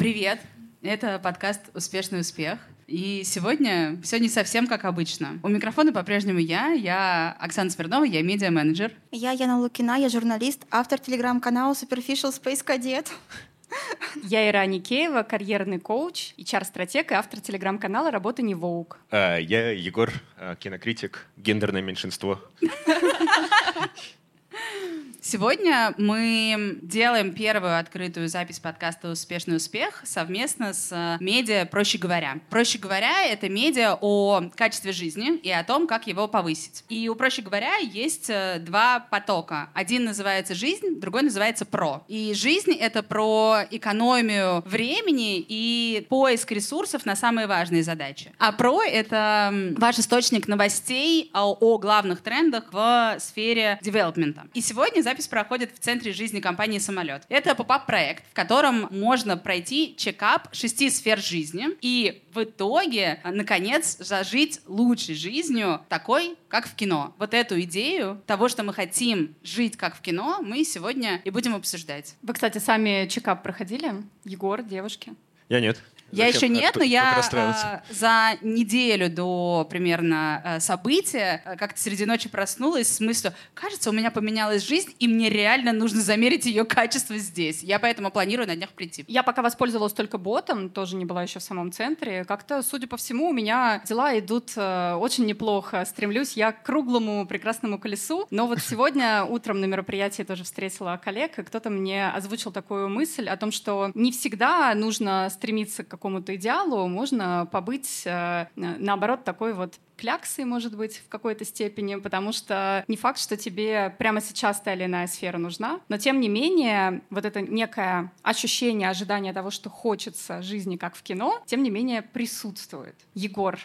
Привет! Это подкаст «Успешный успех». И сегодня все не совсем как обычно. У микрофона по-прежнему я Оксана Смирнова, я медиа-менеджер. Я Яна Лукина, я журналист, автор телеграм-канала Superficial Space Cadet. Я Ира Аникеева, карьерный коуч, HR-стратег и автор телеграм-канала «Работа не Vogue». Я Егор, кинокритик, гендерное меньшинство. Сегодня мы делаем первую открытую запись подкаста «Успешный успех» совместно с медиа «Проще говоря». «Проще говоря» — это медиа о качестве жизни и о том, как его повысить. И у «Проще говоря» есть два потока. Один называется «Жизнь», другой называется «Про». И «Жизнь» — это про экономию времени и поиск ресурсов на самые важные задачи. А «Про» — это ваш источник новостей о главных трендах в сфере девелопмента. И сегодня запись проходит в центре жизни компании «Самолет». Это поп-ап-проект, в котором можно пройти чекап 6 сфер жизни и в итоге, наконец, зажить лучшей жизнью, такой, как в кино. Вот эту идею того, что мы хотим жить как в кино, мы сегодня и будем обсуждать. Вы, кстати, сами чекап проходили? Егор, девушки? Я нет. Я еще нет, но я за неделю до примерно события как-то среди ночи проснулась с мыслью, кажется, у меня поменялась жизнь, и мне реально нужно замерить ее качество здесь. Я поэтому планирую на днях прийти. Я пока воспользовалась только ботом, тоже не была еще в самом центре. Как-то, судя по всему, у меня дела идут очень неплохо. Стремлюсь я к круглому прекрасному колесу. Но вот сегодня утром на мероприятии тоже встретила коллег, и кто-то мне озвучил такую мысль о том, что не всегда нужно стремиться к какому-то идеалу, можно побыть, наоборот, такой вот кляксой, может быть, в какой-то степени, потому что не факт, что тебе прямо сейчас та или иная сфера нужна, но тем не менее вот это некое ощущение, ожидание того, что хочется жизни, как в кино, тем не менее присутствует. Егор,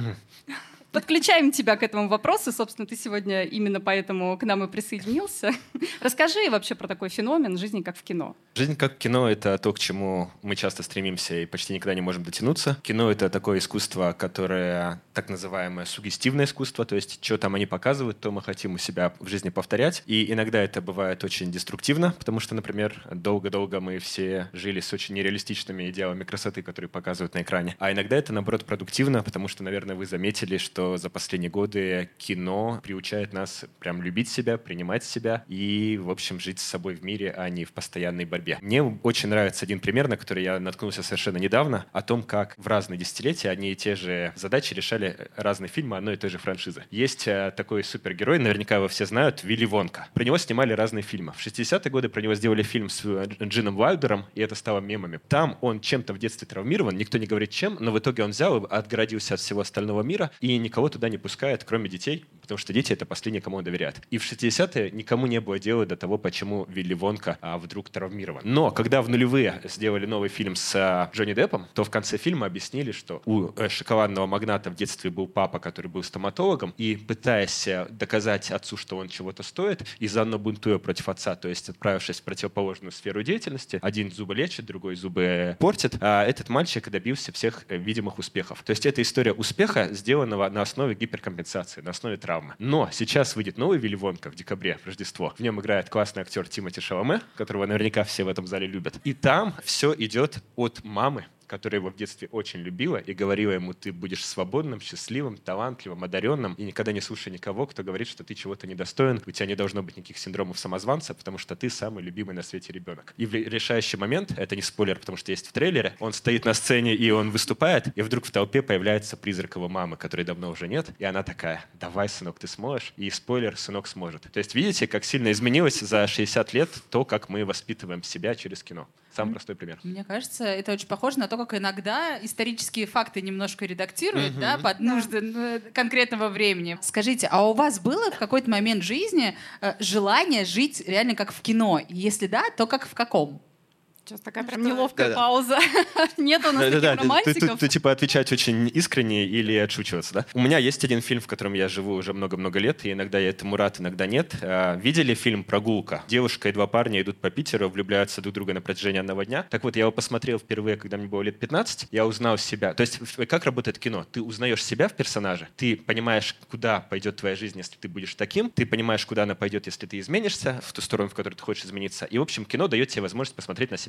подключаем тебя к этому вопросу. Собственно, ты сегодня именно поэтому к нам и присоединился. Расскажи вообще про такой феномен жизни как в кино. Жизнь как в кино — это то, к чему мы часто стремимся и почти никогда не можем дотянуться. Кино — это такое искусство, которое так называемое суггестивное искусство, то есть что там они показывают, то мы хотим у себя в жизни повторять. И иногда это бывает очень деструктивно, потому что, например, долго-долго мы все жили с очень нереалистичными идеалами красоты, которые показывают на экране. А иногда это, наоборот, продуктивно, потому что, наверное, вы заметили, что за последние годы кино приучает нас прям любить себя, принимать себя и, в общем, жить с собой в мире, а не в постоянной борьбе. Мне очень нравится один пример, на который я наткнулся совершенно недавно, о том, как в разные десятилетия одни и те же задачи решали разные фильмы одной и той же франшизы. Есть такой супергерой, наверняка его все знают, Вилли Вонка. Про него снимали разные фильмы. В 60-е годы про него сделали фильм с Джином Уайлдером, и это стало мемами. Там он чем-то в детстве травмирован, никто не говорит чем, но в итоге он взял и отгородился от всего остального мира и никого туда не пускает, кроме детей, потому что дети — это последние, кому он доверяет. И в 60-е никому не было дела до того, почему Вилли Вонка вдруг травмирован. Но когда в нулевые сделали новый фильм с Джонни Деппом, то в конце фильма объяснили, что у шоколадного магната в детстве был папа, который был стоматологом, и пытаясь доказать отцу, что он чего-то стоит, и заодно бунтуя против отца, то есть отправившись в противоположную сферу деятельности, один зубы лечит, другой зубы портит, а этот мальчик добился всех видимых успехов. То есть это история успеха, сделанного на основе гиперкомпенсации, на основе травмы. Но сейчас выйдет новый Вилли Вонка в декабре, в Рождество. В нем играет классный актер Тимоти Шаломе, которого наверняка все в этом зале любят. И там все идет от мамы, которая его в детстве очень любила и говорила ему: ты будешь свободным, счастливым, талантливым, одаренным, и никогда не слушай никого, кто говорит, что ты чего-то недостоин, у тебя не должно быть никаких синдромов самозванца, потому что ты самый любимый на свете ребенок. И в решающий момент, это не спойлер, потому что есть в трейлере, он стоит на сцене и он выступает, и вдруг в толпе появляется призрак его мамы, которой давно уже нет, и она такая: давай, сынок, ты сможешь. И спойлер, сынок сможет. То есть видите, как сильно изменилось за 60 лет то, как мы воспитываем себя через кино. Самый простой пример. Мне кажется, это очень похоже на то, как иногда исторические факты немножко редактируют, да, под нужды конкретного времени. Скажите, а у вас было в какой-то момент жизни желание жить реально как в кино? Если да, то как в каком? Сейчас такая прям неловкая пауза. Нет у нас таких романтиков. Ты типа отвечать очень искренне или отшучиваться, да? У меня есть один фильм, в котором я живу уже много-много лет, и иногда я этому рад, иногда нет. Видели фильм «Прогулка»? Девушка и два парня идут по Питеру, влюбляются друг в друга на протяжении одного дня. Так вот, я его посмотрел впервые, когда мне было лет 15. Я узнал себя. То есть, как работает кино? Ты узнаешь себя в персонаже, ты понимаешь, куда пойдет твоя жизнь, если ты будешь таким, ты понимаешь, куда она пойдет, если ты изменишься в ту сторону, в которую ты хочешь измениться. И, в общем, кино дает тебе возможность посмотреть на себя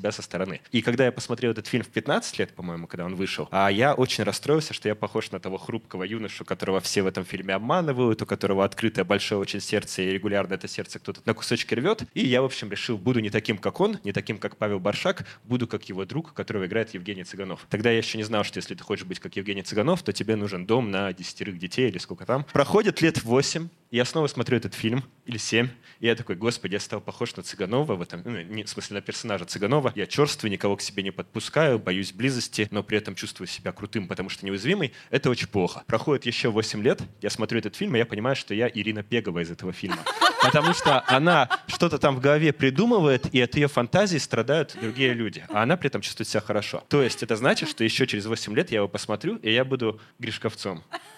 себя со стороны. И когда я посмотрел этот фильм в 15 лет, по-моему, когда он вышел, я очень расстроился, что я похож на того хрупкого юношу, которого все в этом фильме обманывают, у которого открытое большое очень сердце, и регулярно это сердце кто-то на кусочки рвет. И я, в общем, решил, буду не таким, как он, не таким, как Павел Боршак, буду как его друг, которого играет Евгений Цыганов. Тогда я еще не знал, что если ты хочешь быть как Евгений Цыганов, то тебе нужен дом на 10 детей или сколько там. Проходит лет 8, я снова смотрю этот фильм, или 7, и я такой, господи, я стал похож на Цыганова, в смысле на персонажа Цыганова. Я черствый, никого к себе не подпускаю, боюсь близости, но при этом чувствую себя крутым, потому что неуязвимый. Это очень плохо. Проходит еще 8 лет, я смотрю этот фильм, и я понимаю, что я Ирина Пегова из этого фильма. Потому что она что-то там в голове придумывает, и от ее фантазии страдают другие люди. А она при этом чувствует себя хорошо. То есть это значит, что еще через 8 лет я его посмотрю, и я буду Гришковцом,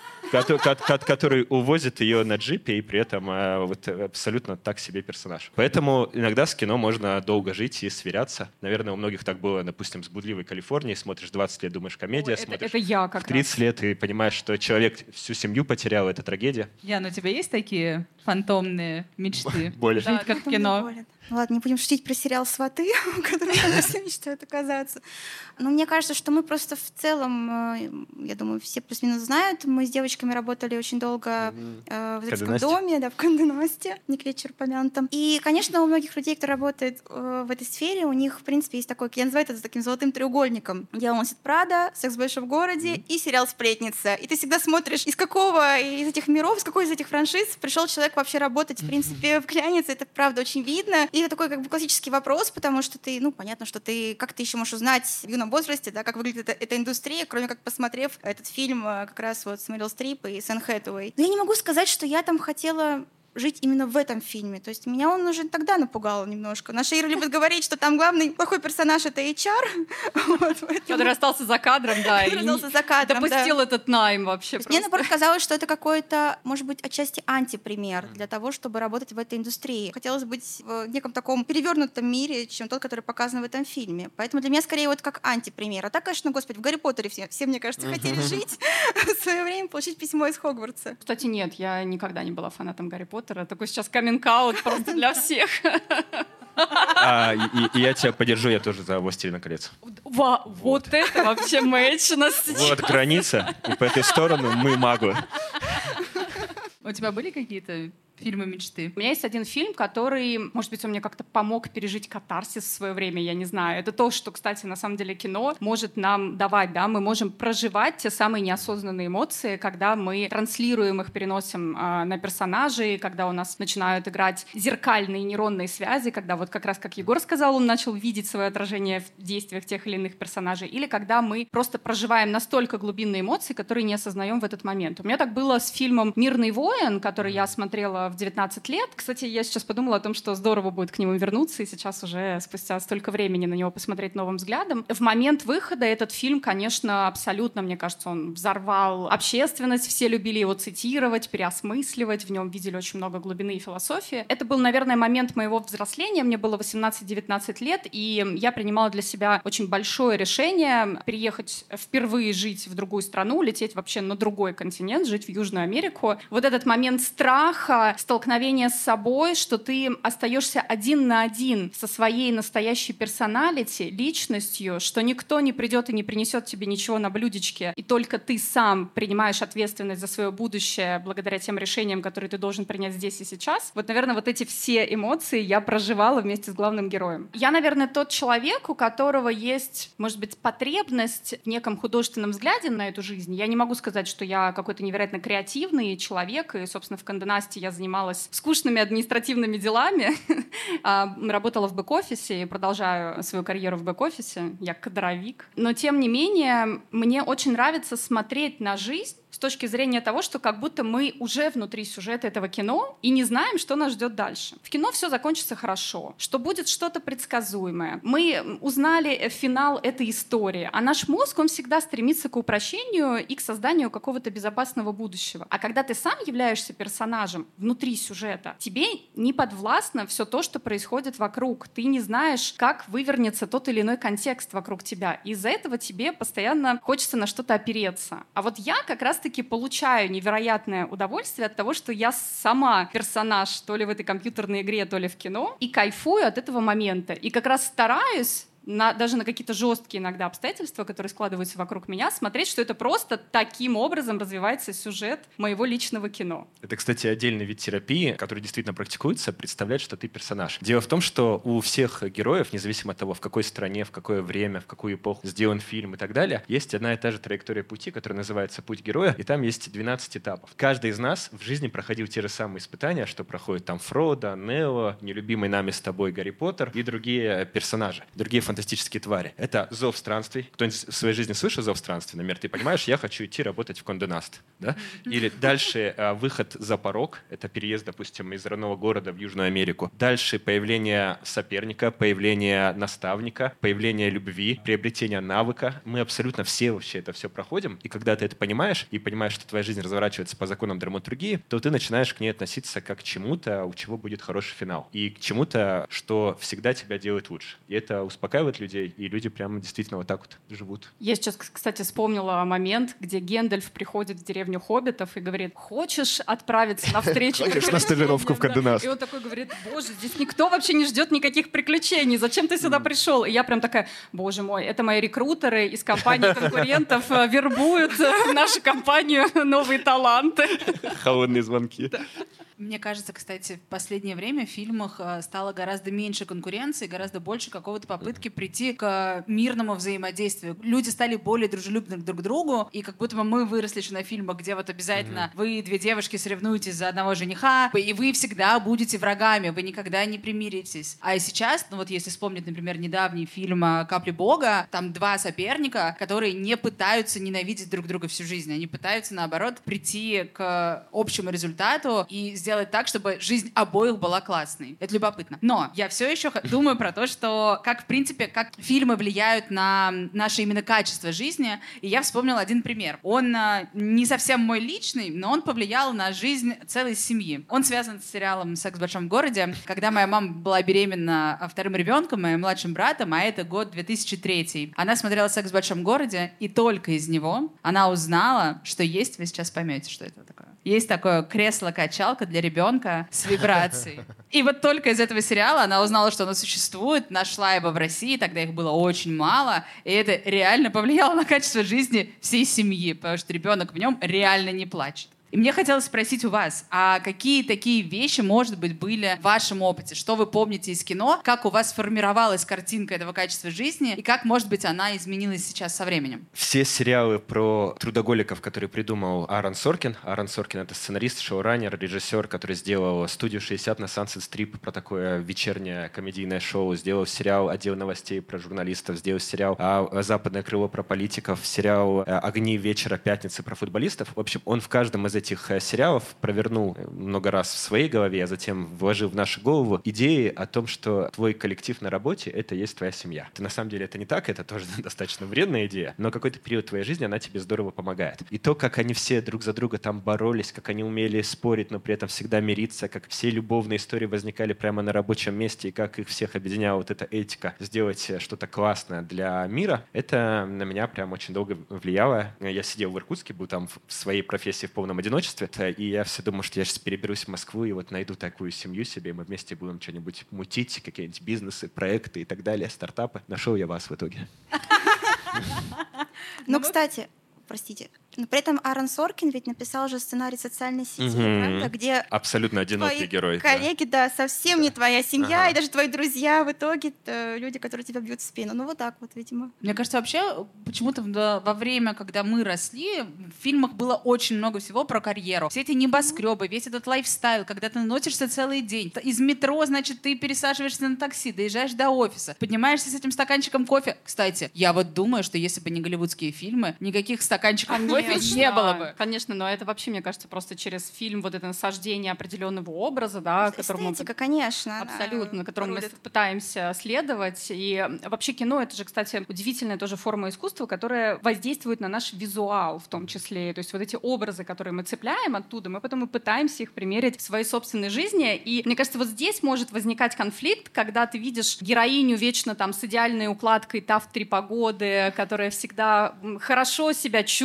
который увозит ее на джипе и при этом абсолютно так себе персонаж. Поэтому иногда с кино можно долго жить и сверяться. Наверное, у многих так было, допустим, с «Блудливой Калифорнией». Смотришь 20 лет, думаешь, комедия. Смотришь это я как в 30 лет и понимаешь, что человек всю семью потерял, это трагедия. Ян, у тебя есть такие фантомные мечты? Боли. Жить как в кино? Ну ладно, не будем шутить про сериал «Сваты», в котором там все мечтают оказаться. Но мне кажется, что мы просто в целом, я думаю, все плюс-минус знают, мы с девочками работали очень долго в детском доме, да, в Канде-Насте, не к вечеру помянутом. И, конечно, у многих людей, кто работает в этой сфере, у них, в принципе, есть такой, я называю это таким золотым треугольником. «Дьявол носит Прада», «Секс в большом городе» и сериал «Сплетница». И ты всегда смотришь, из какого из этих миров, из какой из этих франшиз пришел человек вообще работать, в принципе, в «Клянице». Это, правда, очень видно. И это такой как бы классический вопрос, потому что ты, понятно, что как ты еще можешь узнать в юном возрасте, да, как выглядит эта индустрия, кроме как посмотрев этот фильм как раз вот с Мэрил Стрип и с Энн Хэтэуэй. Но я не могу сказать, что я там хотела жить именно в этом фильме. То есть меня он уже тогда напугал немножко. Наша Ира любит говорить, что там главный плохой персонаж — это HR. Который остался за кадром, да. И допустил этот найм вообще. Мне, наоборот, казалось, что это какой-то, может быть, отчасти антипример для того, чтобы работать в этой индустрии. Хотелось быть в неком таком перевернутом мире, чем тот, который показан в этом фильме. Поэтому для меня скорее вот как антипример. А так, конечно, господи, в «Гарри Поттере» все, мне кажется, хотели жить в свое время, получить письмо из Хогвартса. Кстати, нет, я никогда не была фанатом «Гарри Поттера». Такой сейчас каминг-аут просто для всех. И я тебя поддержу, я тоже за «Властелина колец». Вот это вообще мэч у нас сейчас. Вот граница, и по этой сторону мы маглы. У тебя были какие-то фильмы мечты? У меня есть один фильм, который, может быть, он мне как-то помог пережить катарсис в свое время, я не знаю. Это то, что, кстати, на самом деле кино может нам давать, да, мы можем проживать те самые неосознанные эмоции, когда мы транслируем их, переносим на персонажей, когда у нас начинают играть зеркальные нейронные связи, когда вот как раз, как Егор сказал, он начал видеть свое отражение в действиях тех или иных персонажей, или когда мы просто проживаем настолько глубинные эмоции, которые не осознаем в этот момент. У меня так было с фильмом «Мирный воин», который я смотрела в 19 лет. Кстати, я сейчас подумала о том, что здорово будет к нему вернуться, и сейчас уже спустя столько времени на него посмотреть новым взглядом. В момент выхода этот фильм, конечно, абсолютно, мне кажется, он взорвал общественность, все любили его цитировать, переосмысливать, в нем видели очень много глубины и философии. Это был, наверное, момент моего взросления, мне было 18-19 лет, и я принимала для себя очень большое решение переехать впервые жить в другую страну, лететь вообще на другой континент, жить в Южную Америку. Вот этот момент страха, столкновение с собой, что ты остаешься один на один со своей настоящей персоналити, личностью, что никто не придет и не принесет тебе ничего на блюдечке, и только ты сам принимаешь ответственность за свое будущее благодаря тем решениям, которые ты должен принять здесь и сейчас. Вот, наверное, вот эти все эмоции я проживала вместе с главным героем. Я, наверное, тот человек, у которого есть, может быть, потребность в неком художественном взгляде на эту жизнь. Я не могу сказать, что я какой-то невероятно креативный человек, и, собственно, в Канде-Насте я занималась скучными административными делами, работала в бэк-офисе и продолжаю свою карьеру в бэк-офисе. Я кадровик. Но, тем не менее, мне очень нравится смотреть на жизнь с точки зрения того, что как будто мы уже внутри сюжета этого кино и не знаем, что нас ждет дальше. В кино все закончится хорошо, что будет что-то предсказуемое. Мы узнали финал этой истории, а наш мозг, он всегда стремится к упрощению и к созданию какого-то безопасного будущего. А когда ты сам являешься персонажем внутри сюжета, тебе не подвластно все то, что происходит вокруг. Ты не знаешь, как вывернется тот или иной контекст вокруг тебя. Из-за этого тебе постоянно хочется на что-то опереться. А вот я как раз-таки получаю невероятное удовольствие от того, что я сама персонаж то ли в этой компьютерной игре, то ли в кино, и кайфую от этого момента. И как раз стараюсь даже на какие-то жесткие иногда обстоятельства, которые складываются вокруг меня, смотреть, что это просто таким образом развивается сюжет моего личного кино. Это, кстати, отдельный вид терапии, который действительно практикуется, представлять, что ты персонаж. Дело в том, что у всех героев, независимо от того, в какой стране, в какое время, в какую эпоху сделан фильм и так далее, есть одна и та же траектория пути, которая называется «Путь героя», и там есть 12 этапов. Каждый из нас в жизни проходил те же самые испытания, что проходит там Фродо, Нео, нелюбимый нами с тобой Гарри Поттер и другие персонажи, другие фантастические твари. Это зов странствий. Кто-нибудь в своей жизни слышал зов странствий? Например, ты понимаешь, я хочу идти работать в Кондé Наст, да? Или дальше выход за порог, это переезд, допустим, из родного города в Южную Америку. Дальше появление соперника, появление наставника, появление любви, приобретение навыка. Мы абсолютно все вообще это все проходим, и когда ты это понимаешь, и понимаешь, что твоя жизнь разворачивается по законам драматургии, то ты начинаешь к ней относиться как к чему-то, у чего будет хороший финал, и к чему-то, что всегда тебя делает лучше. И это успокаивает людей, и люди прямо действительно вот так вот живут. Я сейчас, кстати, вспомнила момент, где Гэндальф приходит в деревню хоббитов и говорит: хочешь отправиться на встречу? Хочешь на стажировку в Кондé Наст? И он такой говорит: боже, здесь никто вообще не ждет никаких приключений, зачем ты сюда пришел? И я прям такая: боже мой, это мои рекрутеры из компаний конкурентов вербуют в нашу компанию новые таланты. Холодные звонки. Мне кажется, кстати, в последнее время в фильмах стало гораздо меньше конкуренции, гораздо больше какого-то попытки прийти к мирному взаимодействию. Люди стали более дружелюбны друг к другу, и как будто бы мы выросли еще на фильмах, где вот обязательно вы, две девушки, соревнуетесь за одного жениха, и вы всегда будете врагами, вы никогда не примиритесь. А сейчас, ну вот если вспомнить, например, недавний фильм «Капли Бога», там два соперника, которые не пытаются ненавидеть друг друга всю жизнь, они пытаются, наоборот, прийти к общему результату и сделать так, чтобы жизнь обоих была классной. Это любопытно. Но я все еще думаю про то, что как, в принципе, как фильмы влияют на наше именно качество жизни. И я вспомнила один пример. Он не совсем мой личный, но он повлиял на жизнь целой семьи. Он связан с сериалом «Секс в большом городе». Когда моя мама была беременна вторым ребенком, моим младшим братом, а это год 2003. Она смотрела «Секс в большом городе», и только из него она узнала, что есть, вы сейчас поймете, что это такое. Есть такое кресло-качалка для ребенка с вибрацией. И вот только из этого сериала она узнала, что оно существует, нашла его в России, тогда их было очень мало, и это реально повлияло на качество жизни всей семьи, потому что ребенок в нем реально не плачет. И мне хотелось спросить у вас, а какие такие вещи, может быть, были в вашем опыте? Что вы помните из кино? Как у вас формировалась картинка этого качества жизни? И как, может быть, она изменилась сейчас со временем? Все сериалы про трудоголиков, которые придумал Аарон Соркин. Аарон Соркин — это сценарист, шоураннер, режиссер, который сделал «Студию 60» на Sunset Strip про такое вечернее комедийное шоу, сделал сериал «Отдел новостей» про журналистов, сделал сериал «Западное крыло» про политиков, сериал «Огни вечера пятницы» про футболистов. В общем, он в каждом из этих сериалов провернул много раз в своей голове, а затем вложил в нашу голову идеи о том, что твой коллектив на работе — это и есть твоя семья. На самом деле это не так, это тоже достаточно вредная идея, но какой-то период твоей жизни она тебе здорово помогает. И то, как они все друг за друга там боролись, как они умели спорить, но при этом всегда мириться, как все любовные истории возникали прямо на рабочем месте, и как их всех объединяла вот эта этика сделать что-то классное для мира, это на меня прям очень долго влияло. Я сидел в Иркутске, был там в своей профессии в полном одиночестве, и я все думал, что я сейчас переберусь в Москву и вот найду такую семью себе, и мы вместе будем что-нибудь мутить, какие-нибудь бизнесы, проекты и так далее, стартапы. Нашел я вас в итоге. Ну, кстати, простите, но при этом Аарон Соркин ведь написал же сценарий «Социальной сети», правда? Где абсолютно одинокий твои герой. коллеги, да, совсем не твоя семья, и даже твои друзья в итоге люди, которые тебя бьют в спину. Ну вот так вот, видимо. Мне кажется, вообще почему-то во время, когда мы росли, в фильмах было очень много всего про карьеру. Все эти небоскребы, весь этот лайфстайл, когда ты носишься целый день. Из метро, значит, ты пересаживаешься на такси, доезжаешь до офиса, поднимаешься с этим стаканчиком кофе. Кстати, я вот думаю, что если бы не голливудские фильмы, никаких стаканчиков кофе не было бы. Конечно, но это вообще, мне кажется, просто через фильм вот это насаждение определенного образа, да, которому эстетика, конечно. Абсолютно, которому мы пытаемся следовать. И вообще кино — это же, кстати, удивительная тоже форма искусства, которая воздействует на наш визуал в том числе. То есть вот эти образы, которые мы цепляем оттуда, мы потом и пытаемся их примерить в своей собственной жизни. И мне кажется, вот здесь может возникать конфликт, когда ты видишь героиню вечно там с идеальной укладкой, та в 3 погоды, которая всегда хорошо себя чувствует,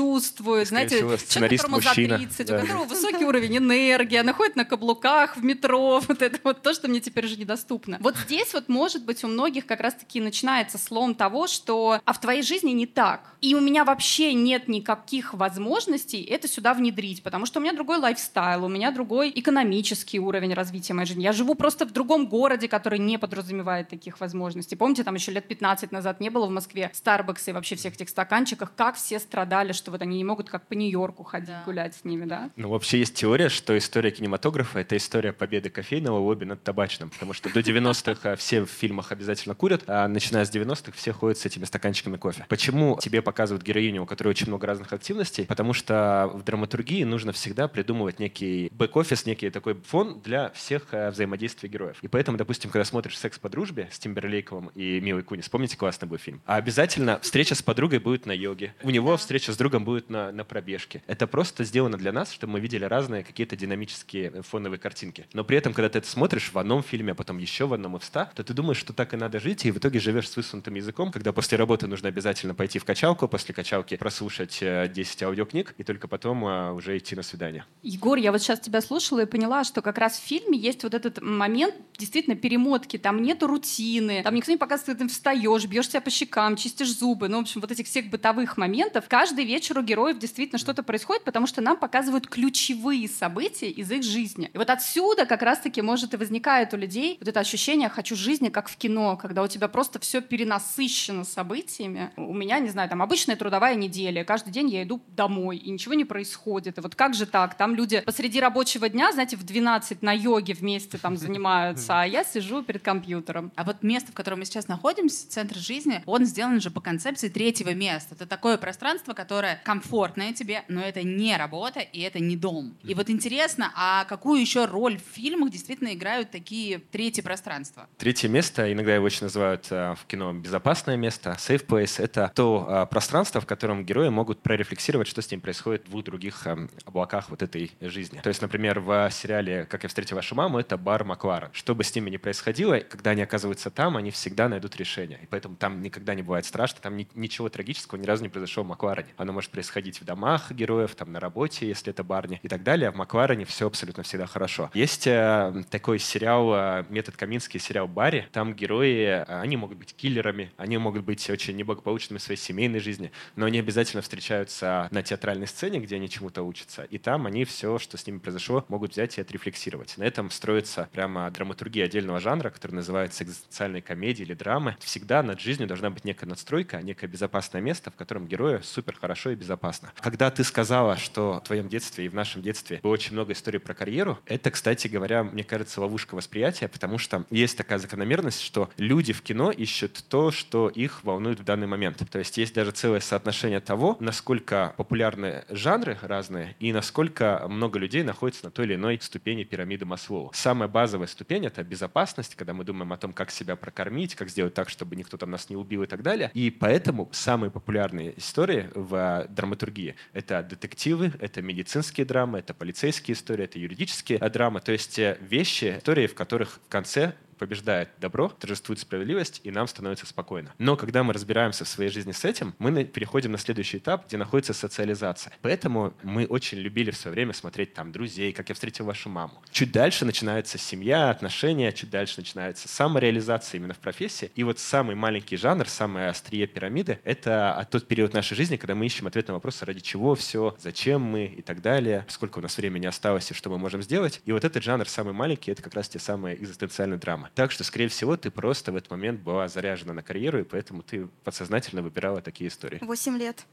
чувствует, Скорее знаете, всего, человек, которому за 30, у которого высокий уровень энергии, она ходит на каблуках в метро, вот это вот то, что мне теперь уже недоступно. Вот здесь вот, может быть, у многих как раз-таки начинается слом того, что в твоей жизни не так. И у меня вообще нет никаких возможностей это сюда внедрить, потому что у меня другой лайфстайл, у меня другой экономический уровень развития моей жизни. Я живу просто в другом городе, который не подразумевает таких возможностей. Помните, там еще лет 15 назад не было в Москве Starbucks и вообще всех этих стаканчиках, как все страдали, что вот они не могут как по Нью-Йорку ходить, гулять с ними, да? Ну, вообще есть теория, что история кинематографа — это история победы кофейного лобби над табачным, потому что до 90-х все в фильмах обязательно курят, а начиная с 90-х все ходят с этими стаканчиками кофе. Почему тебе показывают героиню, у которой очень много разных активностей? Потому что в драматургии нужно всегда придумывать некий бэк-офис, некий такой фон для всех взаимодействий героев. И поэтому, допустим, когда смотришь «Секс по дружбе» с Тимберлейковым и Милой Кунис, помните, классный был фильм? А обязательно встреча с подругой будет на йоге. У него встреча с другом будет на пробежке. Это просто сделано для нас, чтобы мы видели разные какие-то динамические фоновые картинки. Но при этом, когда ты это смотришь в одном фильме, а потом еще в одном и в 100, то ты думаешь, что так и надо жить, и в итоге живешь с высунутым языком, когда после работы нужно обязательно пойти в качалку, после качалки прослушать 10 аудиокниг, и только потом уже идти на свидание. Егор, я вот сейчас тебя слушала и поняла, что как раз в фильме есть вот этот момент действительно перемотки. Там нету рутины, там никто не показывает, ты встаешь, бьешь себя по щекам, чистишь зубы. Ну, в общем, вот этих всех бытовых моментов. Каждый вечер у героев действительно что-то происходит, потому что нам показывают ключевые события из их жизни. И вот отсюда как раз-таки, может, и возникает у людей вот это ощущение «хочу жизни, как в кино», когда у тебя просто все перенасыщено событиями. У меня, не знаю, там обычная трудовая неделя, каждый день я иду домой, и ничего не происходит. И вот как же так? Там люди посреди рабочего дня, знаете, в 12 на йоге вместе там занимаются, а я сижу перед компьютером. А вот место, в котором мы сейчас находимся, центр жизни, он сделан же по концепции третьего места. Это такое пространство, которое комфортное тебе, но это не работа и это не дом. И вот интересно, а какую еще роль в фильмах действительно играют такие третьи пространства? Третье место, иногда его очень называют в кино безопасное место, safe place, это то пространство, в котором герои могут прорефлексировать, что с ним происходит в двух других облаках вот этой жизни. То есть, например, в сериале «Как я встретил вашу маму» это бар Макларен. Что бы с ними ни происходило, когда они оказываются там, они всегда найдут решение. И поэтому там никогда не бывает страшно, там ничего трагического ни разу не произошло в Макларене. Оно может происходить в домах героев, там на работе, если это барни и так далее. А в Макларене все абсолютно всегда хорошо. Есть такой сериал «Метод Каминский», сериал «Барри». Там герои, они могут быть киллерами, они могут быть очень неблагополучными в своей семейной жизни, но они обязательно встречаются на театральной сцене, где они чему-то учатся. И там они все, что с ними произошло, могут взять и отрефлексировать. На этом строится прямо драматургия отдельного жанра, который называется экзистенциальной комедией или драмы. Всегда над жизнью должна быть некая надстройка, некое безопасное место, в котором герою супер хорошо и безопасно. Когда ты сказала, что в твоем детстве и в нашем детстве было очень много историй про карьеру, это, кстати говоря, мне кажется, ловушка восприятия, потому что есть такая закономерность, что люди в кино ищут то, что их волнует в данный момент. То есть есть даже целое соотношение того, насколько популярны жанры разные и насколько много людей находится на той или иной ступени пирамиды Маслоу. Самая базовая ступень — это безопасность, когда мы думаем о том, как себя прокормить, как сделать так, чтобы никто там нас не убил и так далее. И поэтому самые популярные истории в драматургии — это детективы, это медицинские драмы, это полицейские истории, это юридические драмы. То есть вещи, истории, в которых в конце побеждает добро, торжествует справедливость, и нам становится спокойно. Но когда мы разбираемся в своей жизни с этим, мы переходим на следующий этап, где находится социализация. Поэтому мы очень любили в свое время смотреть там «Друзей», «Как я встретил вашу маму». Чуть дальше начинается семья, отношения, чуть дальше начинается самореализация именно в профессии. И вот самый маленький жанр, самое острие пирамиды — это тот период нашей жизни, когда мы ищем ответ на вопрос, ради чего все, зачем мы и так далее, сколько у нас времени осталось и что мы можем сделать. И вот этот жанр самый маленький — это как раз те самые экзистенциальные драмы. Так что, скорее всего, ты просто в этот момент была заряжена на карьеру, и поэтому ты подсознательно выбирала такие истории. 8 лет.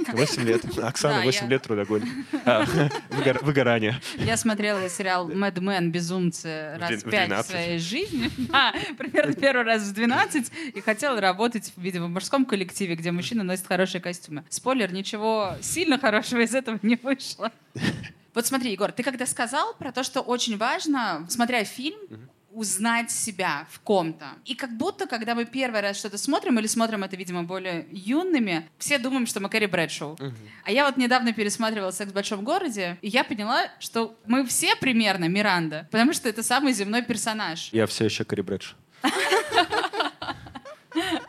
8 лет. Оксана, 8 лет трудоголь. Выгорание. Я смотрела сериал «Мэд Мэн. Безумцы» раз 5 в своей жизни. Примерно первый раз в 12. И хотела работать, видимо, в мужском коллективе, где мужчины носят хорошие костюмы. Спойлер, ничего сильно хорошего из этого не вышло. Вот смотри, Егор, ты когда сказал про то, что очень важно, смотря фильм, узнать себя в ком-то. И как будто, когда мы первый раз что-то смотрим, или смотрим это, видимо, более юными, все думаем, что мы Кэрри Брэдшоу. А я вот недавно пересматривала «Секс в большом городе», и я поняла, что мы все примерно Миранда, потому что это самый земной персонаж. Я все еще Кэрри Брэдшоу.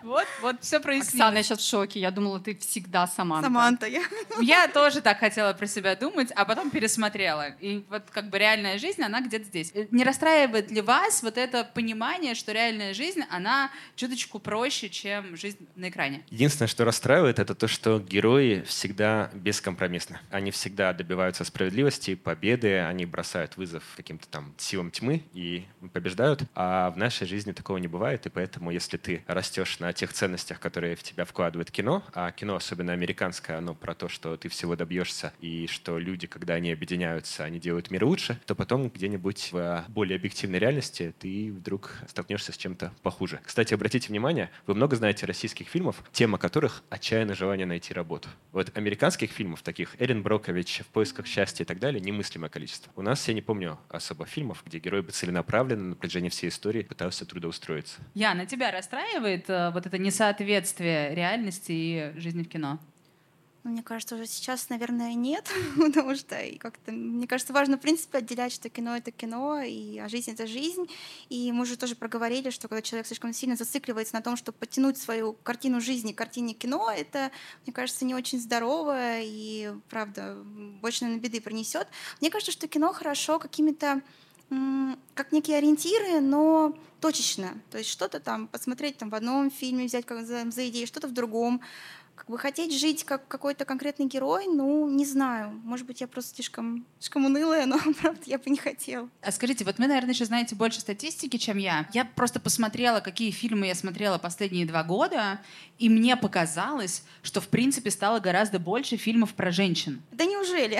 Вот все прояснилось. Оксана, я сейчас в шоке. Я думала, ты всегда Саманта. Саманта. Я тоже так хотела про себя думать, а потом пересмотрела. И вот как бы реальная жизнь, она где-то здесь. Не расстраивает ли вас вот это понимание, что реальная жизнь, она чуточку проще, чем жизнь на экране? Единственное, что расстраивает, это то, что герои всегда бескомпромиссны. Они всегда добиваются справедливости, победы, они бросают вызов каким-то там силам тьмы и побеждают. А в нашей жизни такого не бывает, и поэтому, если ты растешь на тех ценностях, которые в тебя вкладывает кино, а кино, особенно американское, оно про то, что ты всего добьешься, и что люди, когда они объединяются, они делают мир лучше, то потом где-нибудь в более объективной реальности ты вдруг столкнешься с чем-то похуже. Кстати, обратите внимание, вы много знаете российских фильмов, тема которых — отчаянное желание найти работу. Вот американских фильмов, таких Эрин Брокович, «В поисках счастья» и так далее, немыслимое количество. У нас, я не помню особо фильмов, где герой бы целенаправленно на протяжении всей истории пытался трудоустроиться. Яна, тебя расстраивает вот это несоответствие реальности и жизни в кино? Ну, мне кажется, уже сейчас, наверное, нет, потому что и как-то, мне кажется, важно, в принципе, отделять, что кино — это кино, а жизнь — это жизнь. И мы уже тоже проговорили, что когда человек слишком сильно зацикливается на том, чтобы подтянуть свою картину жизни к картине кино, это, мне кажется, не очень здорово и, правда, больше, наверное, беды принесет. Мне кажется, что кино хорошо какими-то как некие ориентиры, но точечно. То есть что-то там посмотреть там в одном фильме, взять как за идею, что-то в другом. Как бы хотеть жить как какой-то конкретный герой, ну, не знаю. Может быть, я просто слишком унылая, но, правда, я бы не хотела. А скажите, вот вы, наверное, еще знаете больше статистики, чем я. Я просто посмотрела, какие фильмы я смотрела последние 2 года, и мне показалось, что, в принципе, стало гораздо больше фильмов про женщин. Да неужели?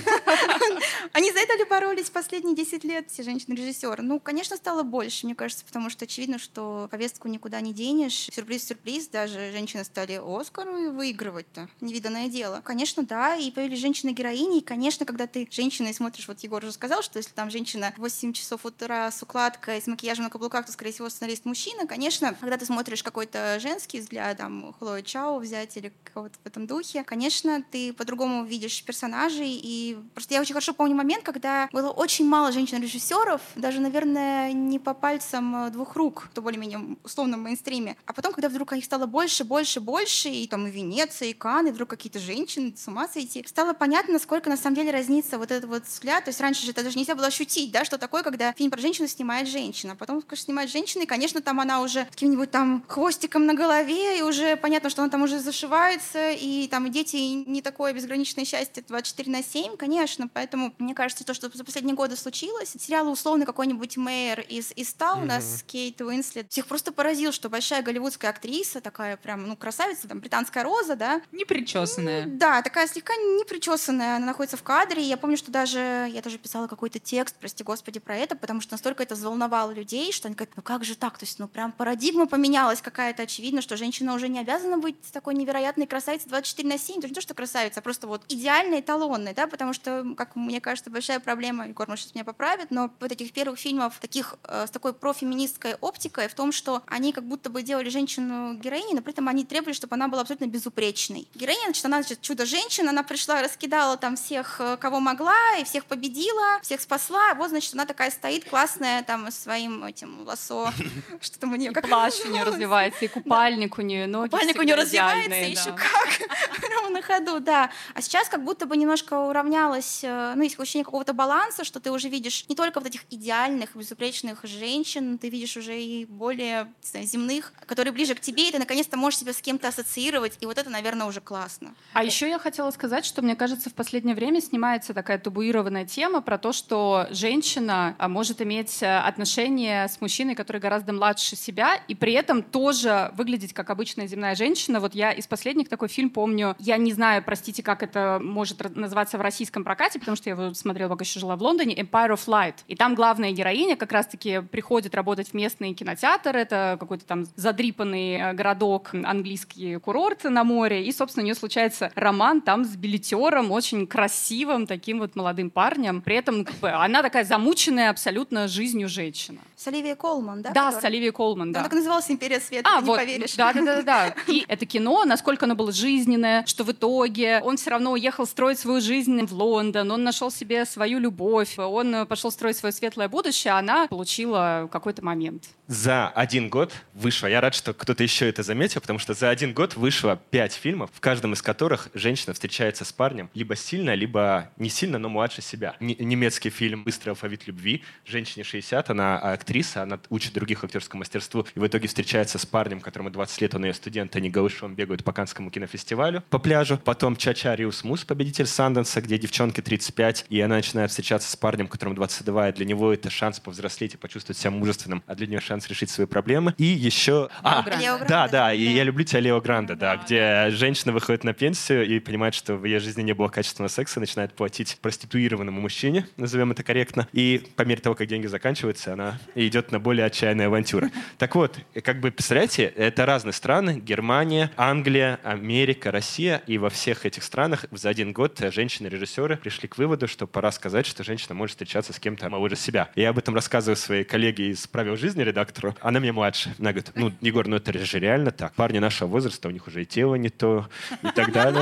Они за это ли боролись последние 10 лет, все женщины-режиссеры? Ну, конечно, стало больше, мне кажется, потому что очевидно, что повестку никуда не денешь. Сюрприз-сюрприз, даже женщины стали Оскар выигрывать-то. Невиданное дело. Конечно, да, и появились женщины-героини, и, конечно, когда ты женщина и смотришь, вот Егор уже сказал, что если там женщина в 8 часов утра с укладкой, с макияжем на каблуках, то, скорее всего, сценарист мужчина. Конечно, когда ты смотришь какой-то женский взгляд, там, Хлою Чао взять или кого-то в этом духе, конечно, ты по-другому видишь персонажей, и просто я очень хорошо помню момент, когда было очень мало женщин-режиссеров, даже, наверное, не по пальцам 2 рук, то более-менее условном мейнстриме, а потом, когда вдруг их стало больше, и там и Венеция, и Канн, и вдруг какие-то женщины, с ума сойти, стало понятно, насколько на самом деле разнится вот этот вот взгляд, то есть раньше же это даже нельзя было ощутить, да, что такое, когда фильм про женщину снимает женщина, а потом, конечно, снимает женщина, и, конечно, там она уже с каким-нибудь там хвостиком на голове, и уже понятно, что она там уже зашивается, и там и дети, и не такое безграничное счастье 24/7, конечно, поэтому мне кажется, то, что за последние годы случилось, сериал условно какой-нибудь «Мэйр» из Тауна с Кейт Уинслет, всех просто поразил, что большая голливудская актриса, такая прям, ну, красавица, там, британская роза, да. Непричесанная. Да, такая слегка непричесанная, она находится в кадре, и я помню, что я даже писала какой-то текст, прости господи, про это, потому что настолько это взволновало людей, что они говорят, ну как же так, то есть, ну прям парадигма поменялась какая-то, очевидно, что женщина уже не обязана быть такой невероятной красавицей 24/7, то не то, что красавица, а просто вот идеальной, эталонной, да, потому что, как мне кажется, большая проблема, Егор, может, сейчас меня поправит, но вот этих первых фильмов, таких с такой профеминистской оптикой, в том, что они как будто бы делали женщину героиней, но при этом они требовали, чтобы она была абсолютно безупречной. Героиня, она, чудо-женщина, она пришла, раскидала там всех, кого могла, и всех победила, всех спасла. Вот, значит, она такая стоит, классная, там, своим этим лосо. Что там у нее? И плащ у нее развивается, и купальник у нее, ноги купальник у нее развивается, еще как. Прямо на ходу, да. А сейчас как будто бы немножко уравнялось, ну, есть ощущение какого-то баланса, что ты уже видишь не только вот этих идеальных, безупречных женщин, ты видишь уже и более, не знаю, земных, которые ближе к тебе, и ты наконец-то можешь себя с кем-то ассоциировать, и вот это, наверное, уже классно. А еще я хотела сказать, что, мне кажется, в последнее время снимается такая табуированная тема про то, что женщина может иметь отношения с мужчиной, который гораздо младше себя, и при этом тоже выглядеть как обычная земная женщина. Вот я из последних такой фильм помню, я не знаю, простите, как это может называться в российском прокате, потому что я его смотрела, пока еще жила в Лондоне, «Empire of Light». И там главная героиня как раз-таки приходит работать в местный кинотеатр, это какой-то там задрипанный городок, английский курорт на море, и, собственно, у нее случается роман там с билетером, очень красивым таким вот молодым парнем. При этом как бы, она такая замученная абсолютно жизнью женщина. С Оливией Колман, да? Да, с Оливией Колман, да. Она так называлась «Империя света», ты не поверишь. Да. И это кино, насколько оно было жизненное, что в итоге он все равно уехал строить свою жизнь в Лондон, он нашел себе свою любовь, он пошел строить свое светлое будущее, а она получила какой-то момент. за 1 год вышло, я рад, что кто-то еще это заметил, потому что за 1 год вышло 5 фильмов, в каждом из которых женщина встречается с парнем либо сильно, либо не сильно, но младше себя. Немецкий фильм «Быстрый алфавит любви». Женщине 60, она актриса, она учит других актерскому мастерству, и в итоге встречается с парнем, которому 20 лет, он ее студент, они голышом бегают по Каннскому кинофестивалю по пляжу. Потом Чача Риус Мус, победитель Санденса, где девчонке 35, и она начинает встречаться с парнем, которому 22, и для него это шанс повзрослеть и почувствовать себя мужественным, а для нее шанс решить свои проблемы. И еще... Да, и «Я люблю тебя» Лео Гранде, да, где женщина выходит на пенсию и понимает, что в ее жизни не было качественного секса, начинает платить проституированному мужчине, назовем это корректно, и по мере того, как деньги заканчиваются, она идет на более отчаянные авантюры. Так вот, как бы, представляете, это разные страны, Германия, Англия, Америка, Россия, и во всех этих странах за 1 год женщины-режиссеры пришли к выводу, что пора сказать, что женщина может встречаться с кем-то моложе себя. Я об этом рассказываю своей коллеге из «Правил жизни», редактору. Она мне младше. Она говорит, Егор, это же реально так. Парни нашего возраста, у них уже и тело не то, и так далее.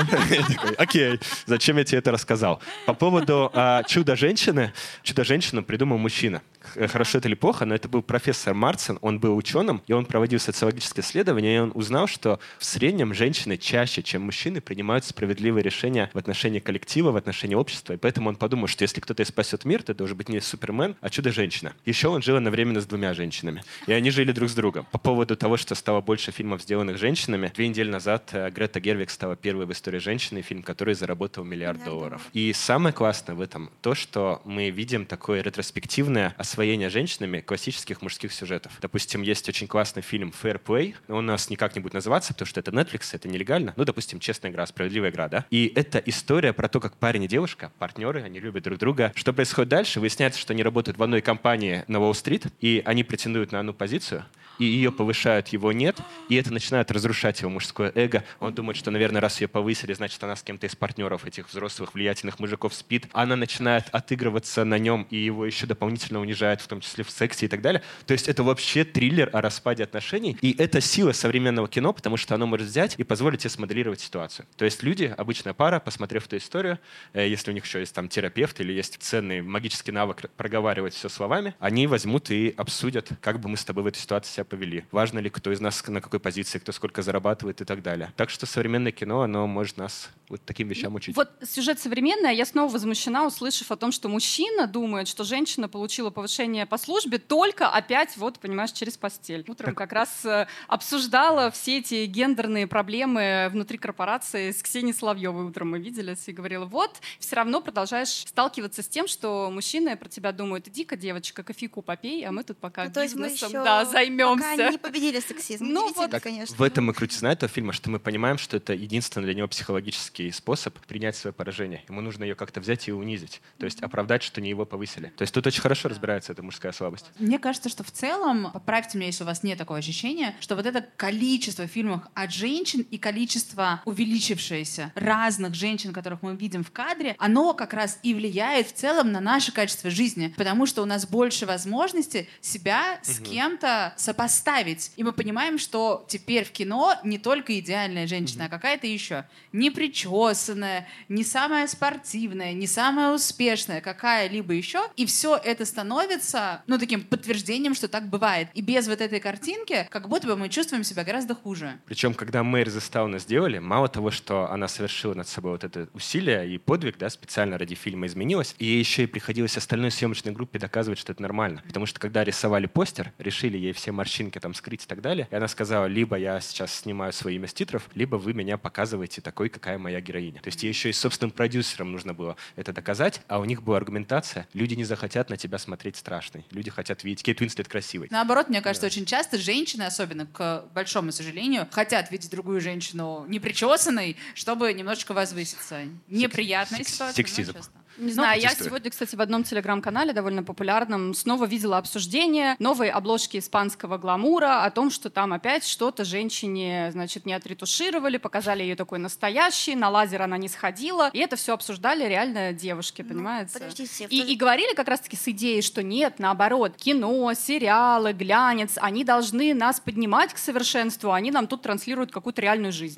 Окей, зачем я тебе это рассказал? По поводу «Чудо-женщины». «Чудо-женщину» придумал мужчина. Хорошо это или плохо, но это был профессор Марцин, он был ученым, и он проводил социологическое исследование, и он узнал, что в среднем женщины чаще, чем мужчины, принимают справедливые решения в отношении коллектива, в отношении общества, и поэтому он подумал, что если кто-то и спасет мир, то это должен быть не Супермен, а Чудо-женщина. Еще он жил одновременно с 2 женщинами, и они жили друг с другом. По поводу того, что стало больше фильмов, сделанных женщинами, 2 недели назад Грета Гервиг стала первой в истории женщиной, фильм, который заработал $1 миллиард. И самое классное в этом то, что мы видим такое ретроспективное освоение женщинами классических мужских сюжетов. Допустим, есть очень классный фильм «Fair Play». Он у нас никак не будет называться, потому что это Netflix, это нелегально. Ну, допустим, «Честная игра», «Справедливая игра», да? И это история про то, как парень и девушка, партнеры, они любят друг друга. Что происходит дальше? Выясняется, что они работают в одной компании на Уолл-стрит, и они претендуют на одну позицию, и ее повышают, его нет, и это начинает разрушать его мужское эго. Он думает, что, наверное, раз ее повысили, значит, она с кем-то из партнеров этих взрослых, влиятельных мужиков спит. Она начинает отыгрываться на нем, и его еще дополнительно унижает, в том числе в сексе и так далее. То есть это вообще триллер о распаде отношений, и это сила современного кино, потому что оно может взять и позволить тебе смоделировать ситуацию. То есть люди, обычная пара, посмотрев эту историю, если у них еще есть там терапевт или есть ценный магический навык проговаривать все словами, они возьмут и обсудят, как бы мы с тобой в этой ситуации себя повели. Важно ли, кто из нас на какой позиции, кто сколько зарабатывает и так далее. Так что современное кино, оно может нас вот таким вещам учить. Вот сюжет современный, а я снова возмущена, услышав о том, что мужчина думает, что женщина получила повышение по службе только опять, вот, понимаешь, через постель. Утром как раз обсуждала все эти гендерные проблемы внутри корпорации с Ксенией Соловьевой. Утром мы виделись и говорила, вот, все равно продолжаешь сталкиваться с тем, что мужчины про тебя думают, иди-ка, девочка, кофейку попей, а мы тут пока бизнесом займемся. Пока не победили сексизм. Ну, вот, конечно. В этом и крутизна этого фильма, что мы понимаем, что это единственный для него психологический способ принять свое поражение. Ему нужно ее как-то взять и унизить. То есть оправдать, что не его повысили. То есть тут очень хорошо разбирается эта мужская слабость. Мне кажется, что в целом, поправьте меня, если у вас нет такого ощущения, что вот это количество фильмов от женщин и количество увеличившееся разных женщин, которых мы видим в кадре, оно как раз и влияет в целом на наше качество жизни, потому что у нас больше возможности себя с кем-то сопоставить. И мы понимаем, что теперь в кино не только идеальная женщина, а какая-то еще не причесанная, не самая спортивная, не самая успешная, какая-либо еще. И все это становится, таким подтверждением, что так бывает. И без вот этой картинки, как будто бы мы чувствуем себя гораздо хуже. Причем, когда Мэри Зестауна сделали, мало того, что она совершила над собой вот это усилие и подвиг, да, специально ради фильма изменилась, ей еще и приходилось остальной съемочной группе доказывать, что это нормально. Потому что, когда рисовали постер, решили ей все морщинки там скрыть и так далее, и она сказала, либо я сейчас снимаю свои имя с титров, либо вы меня показываете такой, какая моя героиня. То есть ей еще и собственным продюсерам нужно было это доказать, а у них была аргументация, люди не захотят на тебя смотреть страшной, люди хотят видеть Кейт Уинслет красивой. Наоборот, мне кажется, очень часто женщины, особенно к большому сожалению, хотят видеть другую женщину непричесанной, чтобы немножечко возвыситься. Неприятная ситуация. Сексизм. Не знаю, я сегодня, кстати, в одном телеграм-канале, довольно популярном, снова видела обсуждение новой обложки испанского гламура о том, что там опять что-то женщине, значит, не отретушировали, показали ее такой настоящей, на лазер она не сходила, и это все обсуждали реально девушки, понимаете? Подождите. И говорили как раз-таки с идеей, что нет, наоборот, кино, сериалы, глянец, они должны нас поднимать к совершенству, а они нам тут транслируют какую-то реальную жизнь.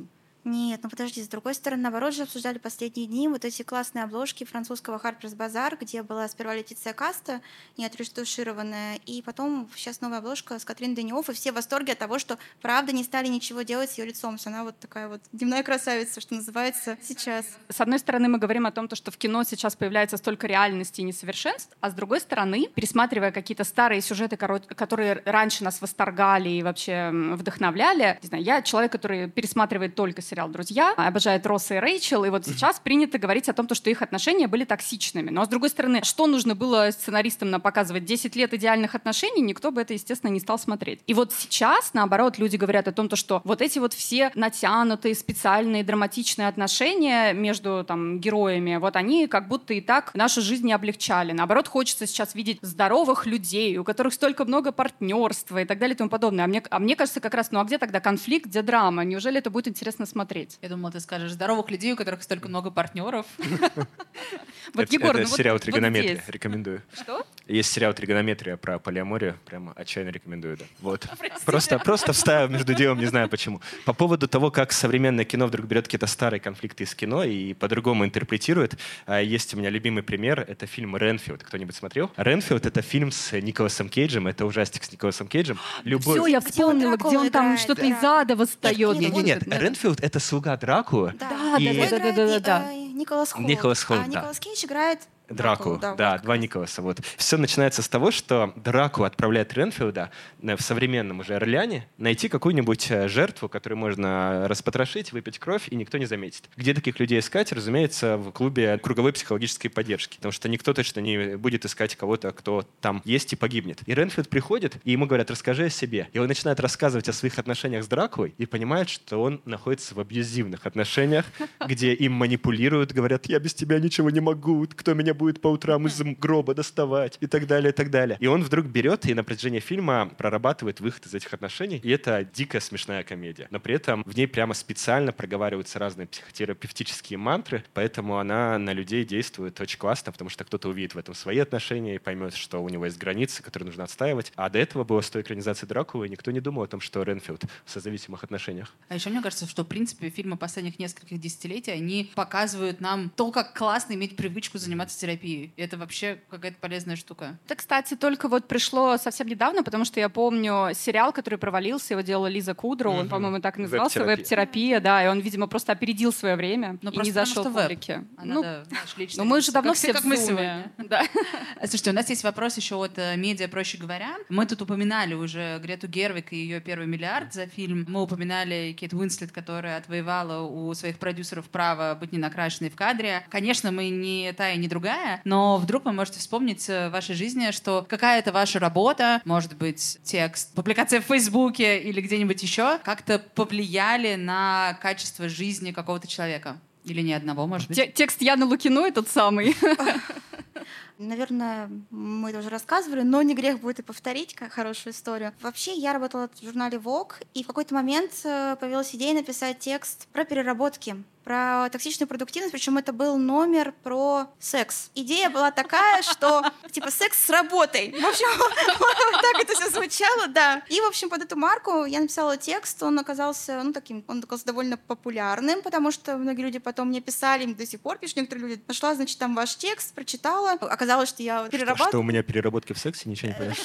Нет, ну подожди, с другой стороны, наоборот же обсуждали последние дни вот эти классные обложки французского Harper's Bazaar, где была сперва Летиция Каста, не отретушированная, и потом сейчас новая обложка с Катрин Денeuve, и все в восторге от того, что правда не стали ничего делать с ее лицом, что она вот такая вот дневная красавица, что называется, сейчас. С одной стороны, мы говорим о том, что в кино сейчас появляется столько реальности и несовершенств, а с другой стороны, пересматривая какие-то старые сюжеты, которые раньше нас восторгали и вообще вдохновляли, не знаю, я человек, который пересматривает только сериал «Друзья», обожает Росса и Рэйчел, и вот сейчас принято говорить о том, что их отношения были токсичными. Но с другой стороны, что нужно было сценаристам нам показывать? 10 лет идеальных отношений? Никто бы это, естественно, не стал смотреть. И вот сейчас, наоборот, люди говорят о том, что вот эти вот все натянутые, специальные, драматичные отношения между там героями, вот они как будто и так нашу жизнь не облегчали. Наоборот, хочется сейчас видеть здоровых людей, у которых столько много партнерства и так далее и тому подобное. А мне кажется, как раз, ну а где тогда конфликт, где драма? Неужели это будет интересно смотреть? Я думала, ты скажешь здоровых людей, у которых столько много партнеров. Вот, Егор, это сериал «Тригонометрия», здесь. рекомендую. Что? Есть сериал «Тригонометрия» про полиаморию, прямо отчаянно рекомендую, да. Вот. Просто вставил между делом, не знаю почему. По поводу того, как современное кино вдруг берет какие-то старые конфликты из кино и по-другому интерпретирует, есть у меня любимый пример, это фильм «Ренфилд». Кто-нибудь смотрел? «Ренфилд» — это фильм с Николасом Кейджем, это ужастик с Николасом Кейджем. Все, я вспомнила, где он там что-то из ада восстает. Нет, Ренфилд — это слуга Дракулы. Да. Николас Холт. Николас Холт, а да. Николас Кейдж играет Дракулу, да, вот два Николаса. Вот. Все начинается с того, что Дракула отправляет Ренфилда в современном уже Орлеане найти какую-нибудь жертву, которую можно распотрошить, выпить кровь, и никто не заметит. Где таких людей искать? Разумеется, в клубе круговой психологической поддержки, потому что никто точно не будет искать кого-то, кто там есть и погибнет. И Ренфилд приходит, и ему говорят: расскажи о себе. И он начинает рассказывать о своих отношениях с Дракулой и понимает, что он находится в абьюзивных отношениях, где им манипулируют, говорят: я без тебя ничего не могу, кто меня будет по утрам из гроба доставать, и так далее, и так далее. И он вдруг берет и на протяжении фильма прорабатывает выход из этих отношений. И это дико смешная комедия. Но при этом в ней прямо специально проговариваются разные психотерапевтические мантры, поэтому она на людей действует очень классно, потому что кто-то увидит в этом свои отношения и поймет, что у него есть границы, которые нужно отстаивать. А до этого было с той экранизацией Дракулы, и никто не думал о том, что Ренфилд в созависимых отношениях. А еще мне кажется, что, в принципе, фильмы последних нескольких десятилетий, они показывают нам то, как классно иметь привычку заниматься терапией. И это вообще какая-то полезная штука. Это, кстати, только вот пришло совсем недавно, потому что я помню сериал, который провалился, его делала Лиза Кудроу, он, по-моему, так и назывался, «Веб-терапия», да, и он, видимо, просто опередил свое время и не зашел в публике. Ну, мы же давно все в Зуме. Слушайте, у нас есть вопрос еще от медиа, проще говоря. Мы тут упоминали уже Грету Гервиг и ее «Первый миллиард» за фильм. Мы упоминали Кейт Уинслет, которая отвоевала у своих продюсеров право быть не накрашенной в кадре. Конечно, мы не та и не другая, но вдруг вы можете вспомнить в вашей жизни, что какая-то ваша работа, может быть, текст, публикация в Фейсбуке или где-нибудь еще, как-то повлияли на качество жизни какого-то человека. Или ни одного, может быть. Текст Яны Лукиной тот самый. Наверное, мы это уже рассказывали, но не грех будет и повторить как хорошую историю. Вообще, я работала в журнале Vogue, и в какой-то момент появилась идея написать текст про переработки, про токсичную продуктивность, причем это был номер про секс. Идея была такая, что типа секс с работой. В общем, вот так это все звучало, да. И, в общем, под эту марку я написала текст, он оказался довольно популярным, потому что многие люди потом мне писали, до сих пор пишут, некоторые люди. Нашла, значит, там ваш текст, прочитала. Оказалось, что я перерабатываю. Что у меня переработки в сексе, ничего не понимаешь.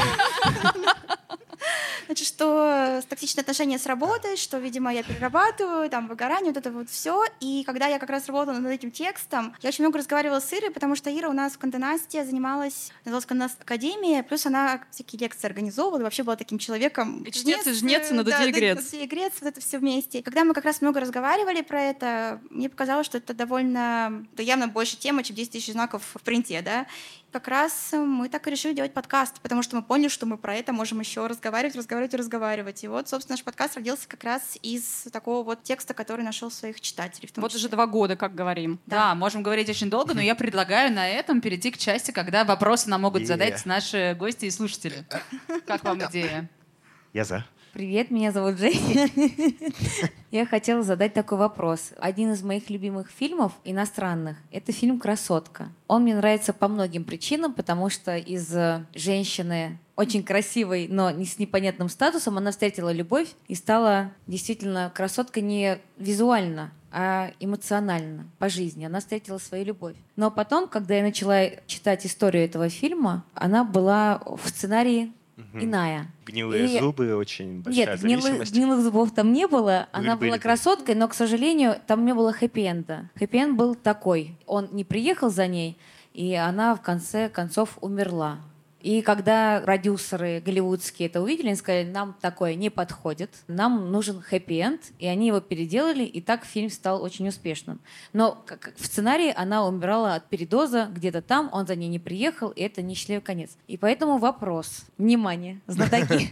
Значит, что токсичные отношения с работой, что, видимо, я перерабатываю, там, выгорание, вот это вот все. И когда я как раз работала над этим текстом, я очень много разговаривала с Ирой, потому что Ира у нас в Контенасте называлась Контенаст Академия, плюс она всякие лекции организовывала, и вообще была таким человеком. Чтец и жнец, и надутей грец. Надутей грец, вот это все вместе. Когда мы как раз много разговаривали про это, мне показалось, что это довольно, явно больше тема, чем 10 тысяч знаков в принте, да. Как раз мы так и решили делать подкаст, потому что мы поняли, что мы про это можем еще разговаривать. И вот, собственно, наш подкаст родился как раз из такого вот текста, который нашел своих читателей. Вот уже 2 года, как говорим. Да, можем говорить очень долго, но я предлагаю на этом перейти к части, когда вопросы нам могут задать наши гости и слушатели. Как вам идея? Я за. Привет, меня зовут Женя. Я хотела задать такой вопрос. Один из моих любимых фильмов иностранных — это фильм «Красотка». Он мне нравится по многим причинам, потому что из женщины очень красивой, но не с непонятным статусом, она встретила любовь и стала действительно красоткой не визуально, а эмоционально, по жизни. Она встретила свою любовь. Но потом, когда я начала читать историю этого фильма, она была в сценарии иная. Гнилые зубы, очень большая Нет, зависимость. гнилых зубов там не было. Она Были. была красоткой, но, к сожалению, там не было хэппи-энда. Хэппи-энд был такой. Он не приехал за ней, и она в конце концов умерла. И когда продюсеры голливудские это увидели, они сказали, нам такое не подходит, нам нужен хэппи-энд, и они его переделали, и так фильм стал очень успешным. Но в сценарии она умирала от передоза где-то там, он за ней не приехал, и это несчастливый конец. И поэтому вопрос, внимание, знатоки,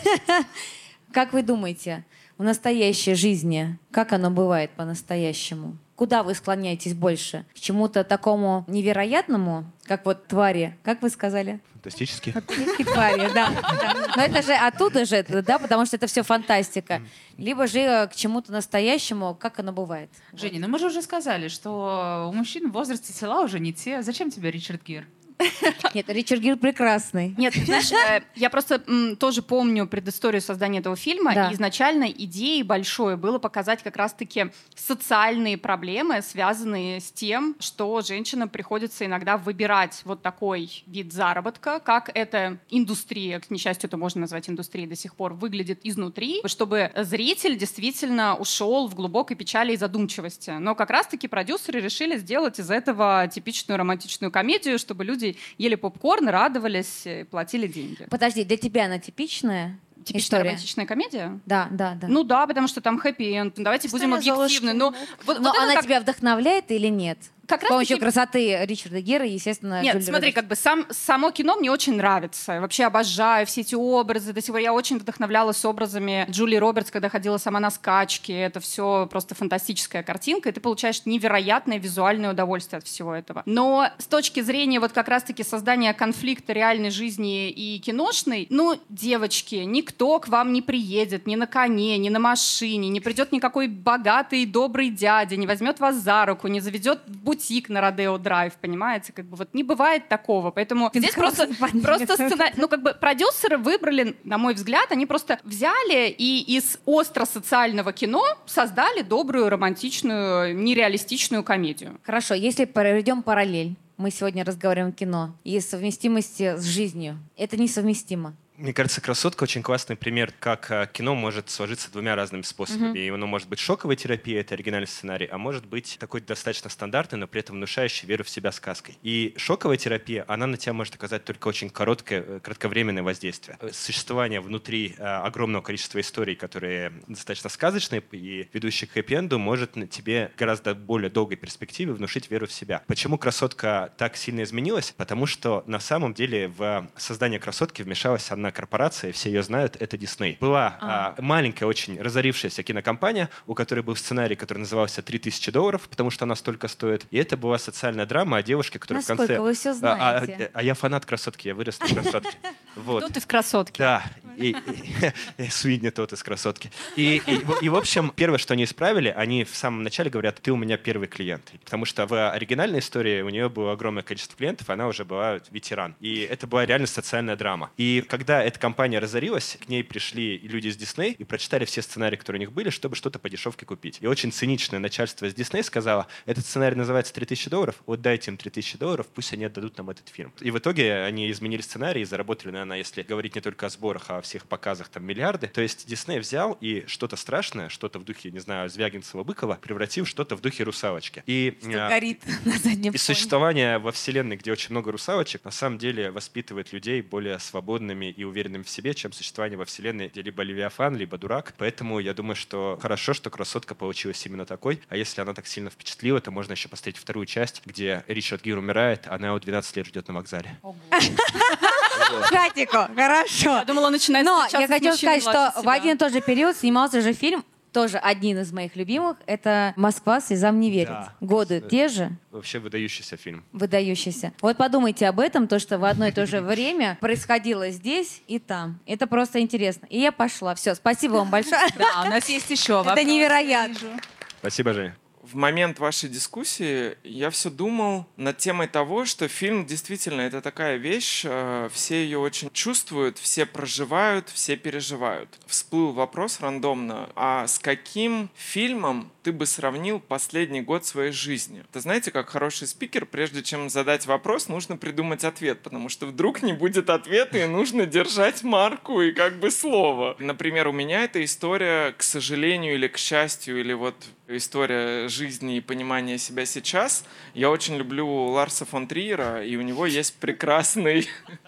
как вы думаете, в настоящей жизни, как оно бывает по-настоящему? Куда вы склоняетесь больше? К чему-то такому невероятному, как вот твари, как вы сказали? Фантастически. Фантастические твари, да. Но это же оттуда же, да, потому что это все фантастика. Либо же к чему-то настоящему, как оно бывает. Женя, ну мы же уже сказали, что у мужчин в возрасте тела уже не те. Зачем тебе Ричард Гир? Нет, Ричард Гир прекрасный. Нет, знаешь, я просто тоже помню предысторию создания этого фильма, Да. и изначально идеей большой было показать как раз-таки социальные проблемы, связанные с тем, что женщинам приходится иногда выбирать вот такой вид заработка, как эта индустрия, к несчастью, это можно назвать индустрией до сих пор, выглядит изнутри, чтобы зритель действительно ушел в глубокой печали и задумчивости. Но как раз-таки продюсеры решили сделать из этого типичную романтичную комедию, чтобы люди ели попкорн, радовались, платили деньги. Подожди, для тебя она типичная? Типичная история? романтичная комедия? Да, да, да. Ну да, потому что там хэппи-энд. Давайте будем История объективны. Золушки, Но да. Но это она как- тебя вдохновляет или нет? как С помощью раз-таки- красоты Ричарда Гира, естественно, Нет, Джулии смотри, Робертс. как бы само кино мне очень нравится. Я вообще обожаю все эти образы. До сих пор я очень вдохновлялась образами Джулии Робертс, когда ходила сама на скачки. Это все просто фантастическая картинка, и ты получаешь невероятное визуальное удовольствие от всего этого. Но с точки зрения вот как раз-таки создания конфликта реальной жизни и киношной, ну, девочки, никто к вам не приедет ни на коне, ни на машине, не придет никакой богатый, добрый дядя, не возьмет вас за руку, не заведет в бутик на Родео Драйв, понимаете? Как бы вот не бывает такого. Поэтому здесь просто сценарий. Ну, как бы продюсеры выбрали, на мой взгляд, они просто взяли и из остро-социального кино создали добрую, романтичную, нереалистичную комедию. Хорошо, если проведем параллель, мы сегодня разговариваем о кино, и совместимости с жизнью, это несовместимо. Мне кажется, «Красотка» очень классный пример, как кино может сложиться двумя разными способами. И оно может быть шоковой терапией, это оригинальный сценарий, а может быть такой достаточно стандартный, но при этом внушающий веру в себя сказкой. И шоковая терапия, она на тебя может оказать только очень кратковременное воздействие. Существование внутри огромного количества историй, которые достаточно сказочные и ведущие к хэппи-энду, может на тебе гораздо более долгой перспективе внушить веру в себя. Почему «Красотка» так сильно изменилась? Потому что на самом деле в создание «Красотки» вмешалась одна корпорация, все ее знают, это Disney. Была маленькая, очень разорившаяся кинокомпания, у которой был сценарий, который назывался $3000, потому что она столько стоит. И это была социальная драма о девушке, которая Насколько в конце... вы все знаете. А я фанат «Красотки», я вырос на «Красотке». Вот. Тут и в «Красотке». Да, и Суидни тот из «Красотки». И, в общем, первое, что они исправили, они в самом начале говорят, ты у меня первый клиент. Потому что в оригинальной истории у нее было огромное количество клиентов, она уже была ветеран. И это была реально социальная драма. И когда эта компания разорилась, к ней пришли люди из Disney и прочитали все сценарии, которые у них были, чтобы что-то по дешевке купить. И очень циничное начальство из Disney сказало, этот сценарий называется $3000, вот дайте им $3000, пусть они отдадут нам этот фильм. И в итоге они изменили сценарий и заработали, наверное, если говорить не только о сборах, а о всех показах, там, миллиарды. То есть Disney взял и что-то страшное, что-то в духе, не знаю, Звягинцева-Быкова, превратил в что-то в духе русалочки. И Что горит на заднем и фоне. существование во вселенной, где очень много русалочек, на самом деле воспитывает людей более свободными и уверенными в себе, чем существование во вселенной, где либо Левиафан, либо дурак. Поэтому я думаю, что хорошо, что «Красотка» получилась именно такой. А если она так сильно впечатлила, то можно еще посмотреть вторую часть, где Ричард Гир умирает, а она его 12 лет ждет на вокзале. Хатико, хорошо. Я думала, начинать Но встречаться я с хочу мужчиной сказать, что младше в себя. один и тот же период снимался же фильм, тоже один из моих любимых, это «Москва слезам не верит». Да. Годы те же, Вообще выдающийся фильм. выдающийся. Вот подумайте об этом, то, что в одно и то же время происходило здесь и там. Это просто интересно. И я пошла. Все, спасибо вам большое. Да, у нас есть еще Это невероятно. Спасибо, Женя. в момент вашей дискуссии я все думал над темой того, что фильм действительно это такая вещь, все ее очень чувствуют, все проживают, все переживают. Всплыл вопрос рандомно, а с каким фильмом ты бы сравнил последний год своей жизни? Это знаете, как хороший спикер, прежде чем задать вопрос, нужно придумать ответ, потому что вдруг не будет ответа, и нужно держать марку и как бы слово. Например, у меня эта история, к сожалению или к счастью, или вот история жизни и понимания себя сейчас. Я очень люблю Ларса фон Триера, и у него есть прекрасный...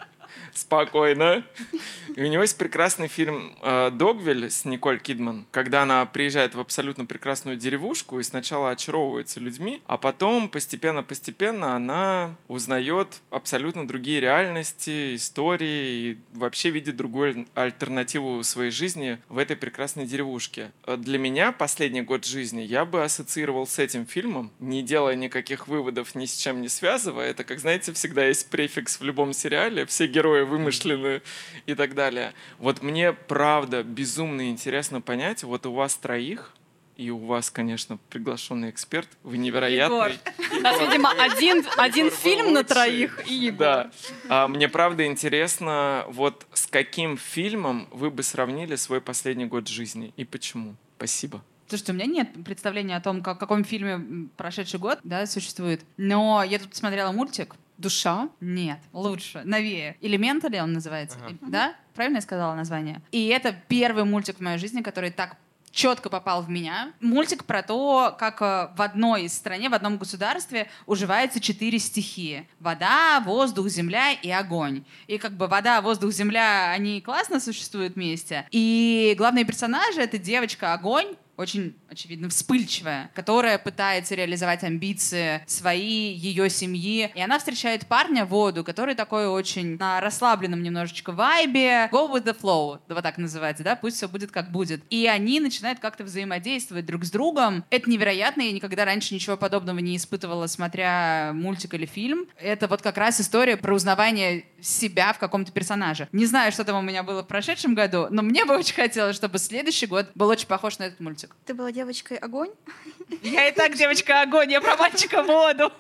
Спокойно. И у него есть прекрасный фильм «Догвилль» с Николь Кидман, когда она приезжает в абсолютно прекрасную деревушку и сначала очаровывается людьми, а потом постепенно она узнает абсолютно другие реальности, истории и вообще видит другую альтернативу своей жизни в этой прекрасной деревушке. Для меня последний год жизни я бы ассоциировал с этим фильмом, не делая никаких выводов, ни с чем не связывая. Это, как знаете, всегда есть префикс в любом сериале, все герои вымышлены и так далее. Вот мне, правда, безумно интересно понять, вот у вас троих, и у вас, конечно, приглашенный эксперт, вы невероятный. У нас, видимо, один фильм на троих, и Егор. Да. Мне, правда, интересно, вот с каким фильмом вы бы сравнили свой последний год жизни и почему? Спасибо. Слушайте, у меня нет представления о том, в каком фильме прошедший год, да, существует. Но я тут посмотрела мультик. «Душа»? Нет, лучше, новее. «Элементали» он называется, да? Правильно я сказала название? И это первый мультик в моей жизни, который так четко попал в меня. Мультик про то, как в одной стране, в одном государстве уживаются 4 стихии. Вода, воздух, земля и огонь. И как бы вода, воздух, земля, они классно существуют вместе. И главные персонажи — это девочка-огонь, очень, очевидно, вспыльчивая, которая пытается реализовать амбиции свои, ее семьи. И она встречает парня, Воду, который такой очень на расслабленном немножечко вайбе. Go with the flow, вот так называется, да? Пусть все будет как будет. И они начинают как-то взаимодействовать друг с другом. Это невероятно, я никогда раньше ничего подобного не испытывала, смотря мультик или фильм. Это вот как раз история про узнавание себя в каком-то персонаже. Не знаю, что там у меня было в прошедшем году, но мне бы очень хотелось, чтобы следующий год был очень похож на этот мультик. Ты была девочкой-огонь? Я и так девочка-огонь, я про мальчика-воду.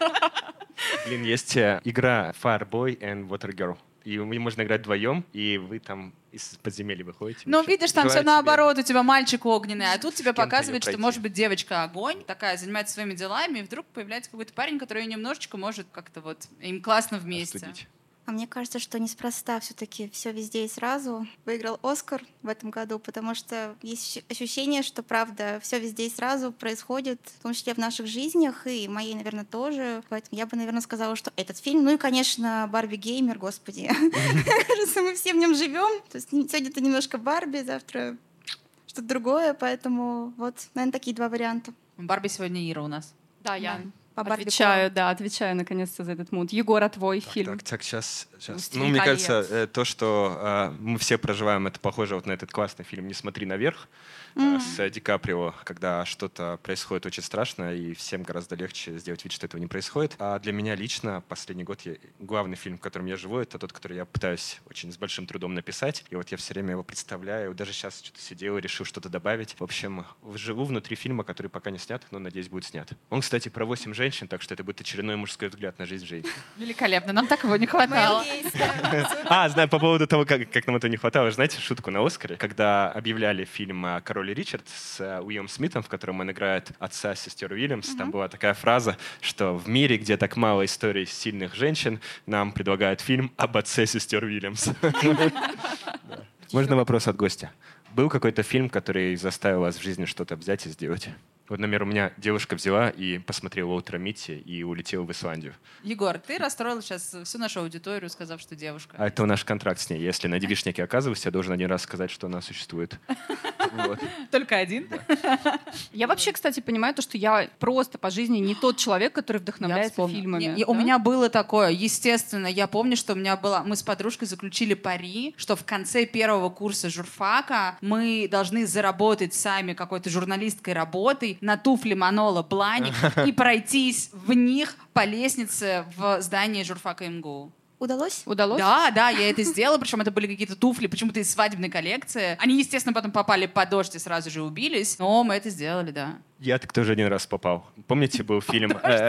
Блин, есть игра Fireboy and Water Girl. И можно играть вдвоем, и вы там из подземелья выходите. Ну, видишь, там все Желаю наоборот, у тебя мальчик огненный, а тут тебе кем-то показывает, не что пройти. может быть девочка-огонь, такая занимается своими делами, и вдруг появляется какой-то парень, который немножечко может как-то вот, им классно вместе. остудить. А мне кажется, что неспроста все-таки все везде и сразу выиграл Оскар в этом году, потому что есть ощущение, что правда все везде и сразу происходит, в том числе в наших жизнях, и моей, наверное, тоже. Поэтому я бы, наверное, сказала, что этот фильм, ну и, конечно, Барби Геймер, господи. Кажется, мы все в нем живем. То есть сегодня это немножко Барби, завтра что-то другое, поэтому вот, наверное, такие два варианта. Барби сегодня Ира у нас. Да, я По Барби отвечаю наконец-то за этот мут. Егор, а твой фильм? Так, сейчас. «Властелин Ну, мне колец». кажется, то, что мы все проживаем, это похоже вот на этот классный фильм «Не смотри наверх» с Ди Каприо, когда что-то происходит очень страшно, и всем гораздо легче сделать вид, что этого не происходит. А для меня лично последний год главный фильм, в котором я живу, это тот, который я пытаюсь очень с большим трудом написать. И вот я все время его представляю. Даже сейчас что-то сидел и решил что-то добавить. В общем, живу внутри фильма, который пока не снят, но, надеюсь, будет снят. Он, кстати, про 8 женщин, так что это будет очередной мужской взгляд на жизнь женщин. Великолепно, нам так его не хватало. Знаю, по поводу того, как нам этого не хватало. Знаете шутку на «Оскаре», когда объявляли фильм «Король и Ричард» с Уиллом Смитом, в котором он играет отца сестер Уильямс, там была такая фраза, что в мире, где так мало историй сильных женщин, нам предлагают фильм об отце сестер Уильямс. Можно вопрос от гостя? Был какой-то фильм, который заставил вас в жизни что-то взять и сделать? Вот, например, у меня девушка взяла и посмотрела «Уолтера Митти» и улетела в Исландию. Егор, ты расстроил сейчас всю нашу аудиторию, сказав, что девушка. А это наш контракт с ней. Если на девичнике оказываюсь, я должен один раз сказать, что она существует. Вот. Только один? Я вообще, кстати, понимаю то, что я просто по жизни не тот человек, который вдохновляется фильмами. У меня было такое, естественно, я помню, что у меня было, мы с подружкой заключили пари, что в конце первого курса журфака мы должны заработать сами какой-то журналистской работой на туфли Манола Блahnik и пройтись в них по лестнице в здании журфака МГУ. Удалось? Удалось? Да, я это сделала, причем это были какие-то туфли, почему-то из свадебной коллекции. Они, естественно, потом попали под дождь и сразу же убились, но мы это сделали, да. Я так тоже один раз попал. Помните, был фильм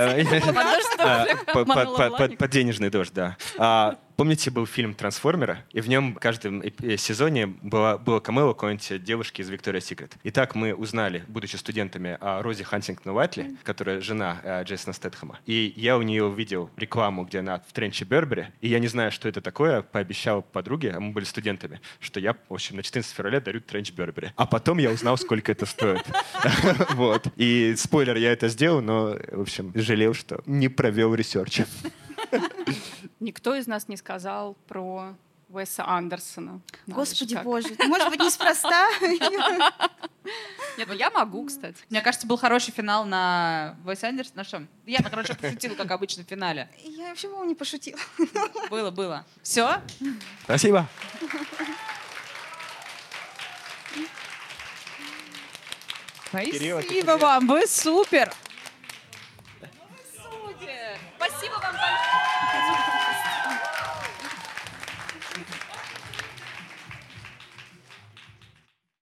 «Под денежный дождь», да. Помните, был фильм «Трансформеры», и в нем в каждом сезоне было камео какой-нибудь девушки из «Виктория Секрет». И так мы узнали, будучи студентами, о Розе Хантингтон-Уайтли, которая жена Джейсона Стэтхэма. И я у нее увидел рекламу, где она в тренче Бербери, и я не знаю, что это такое, пообещал подруге, а мы были студентами, что я, в общем, на 14 февраля дарю тренч Бербери. А потом я узнал, сколько это стоит. Вот. И спойлер, я это сделал, но, в общем, жалел, что не провел ресерч. Никто из нас не сказал про Уэса Андерсона. Господи боже, может быть, неспроста. Нет, ну я могу, кстати. Мне кажется, был хороший финал на Уэс Андерсон. На что? Я, короче, пошутила, как обычно, в финале. Я вообще, по-моему, не пошутила. Было. Все? Спасибо. Спасибо вам, вы супер!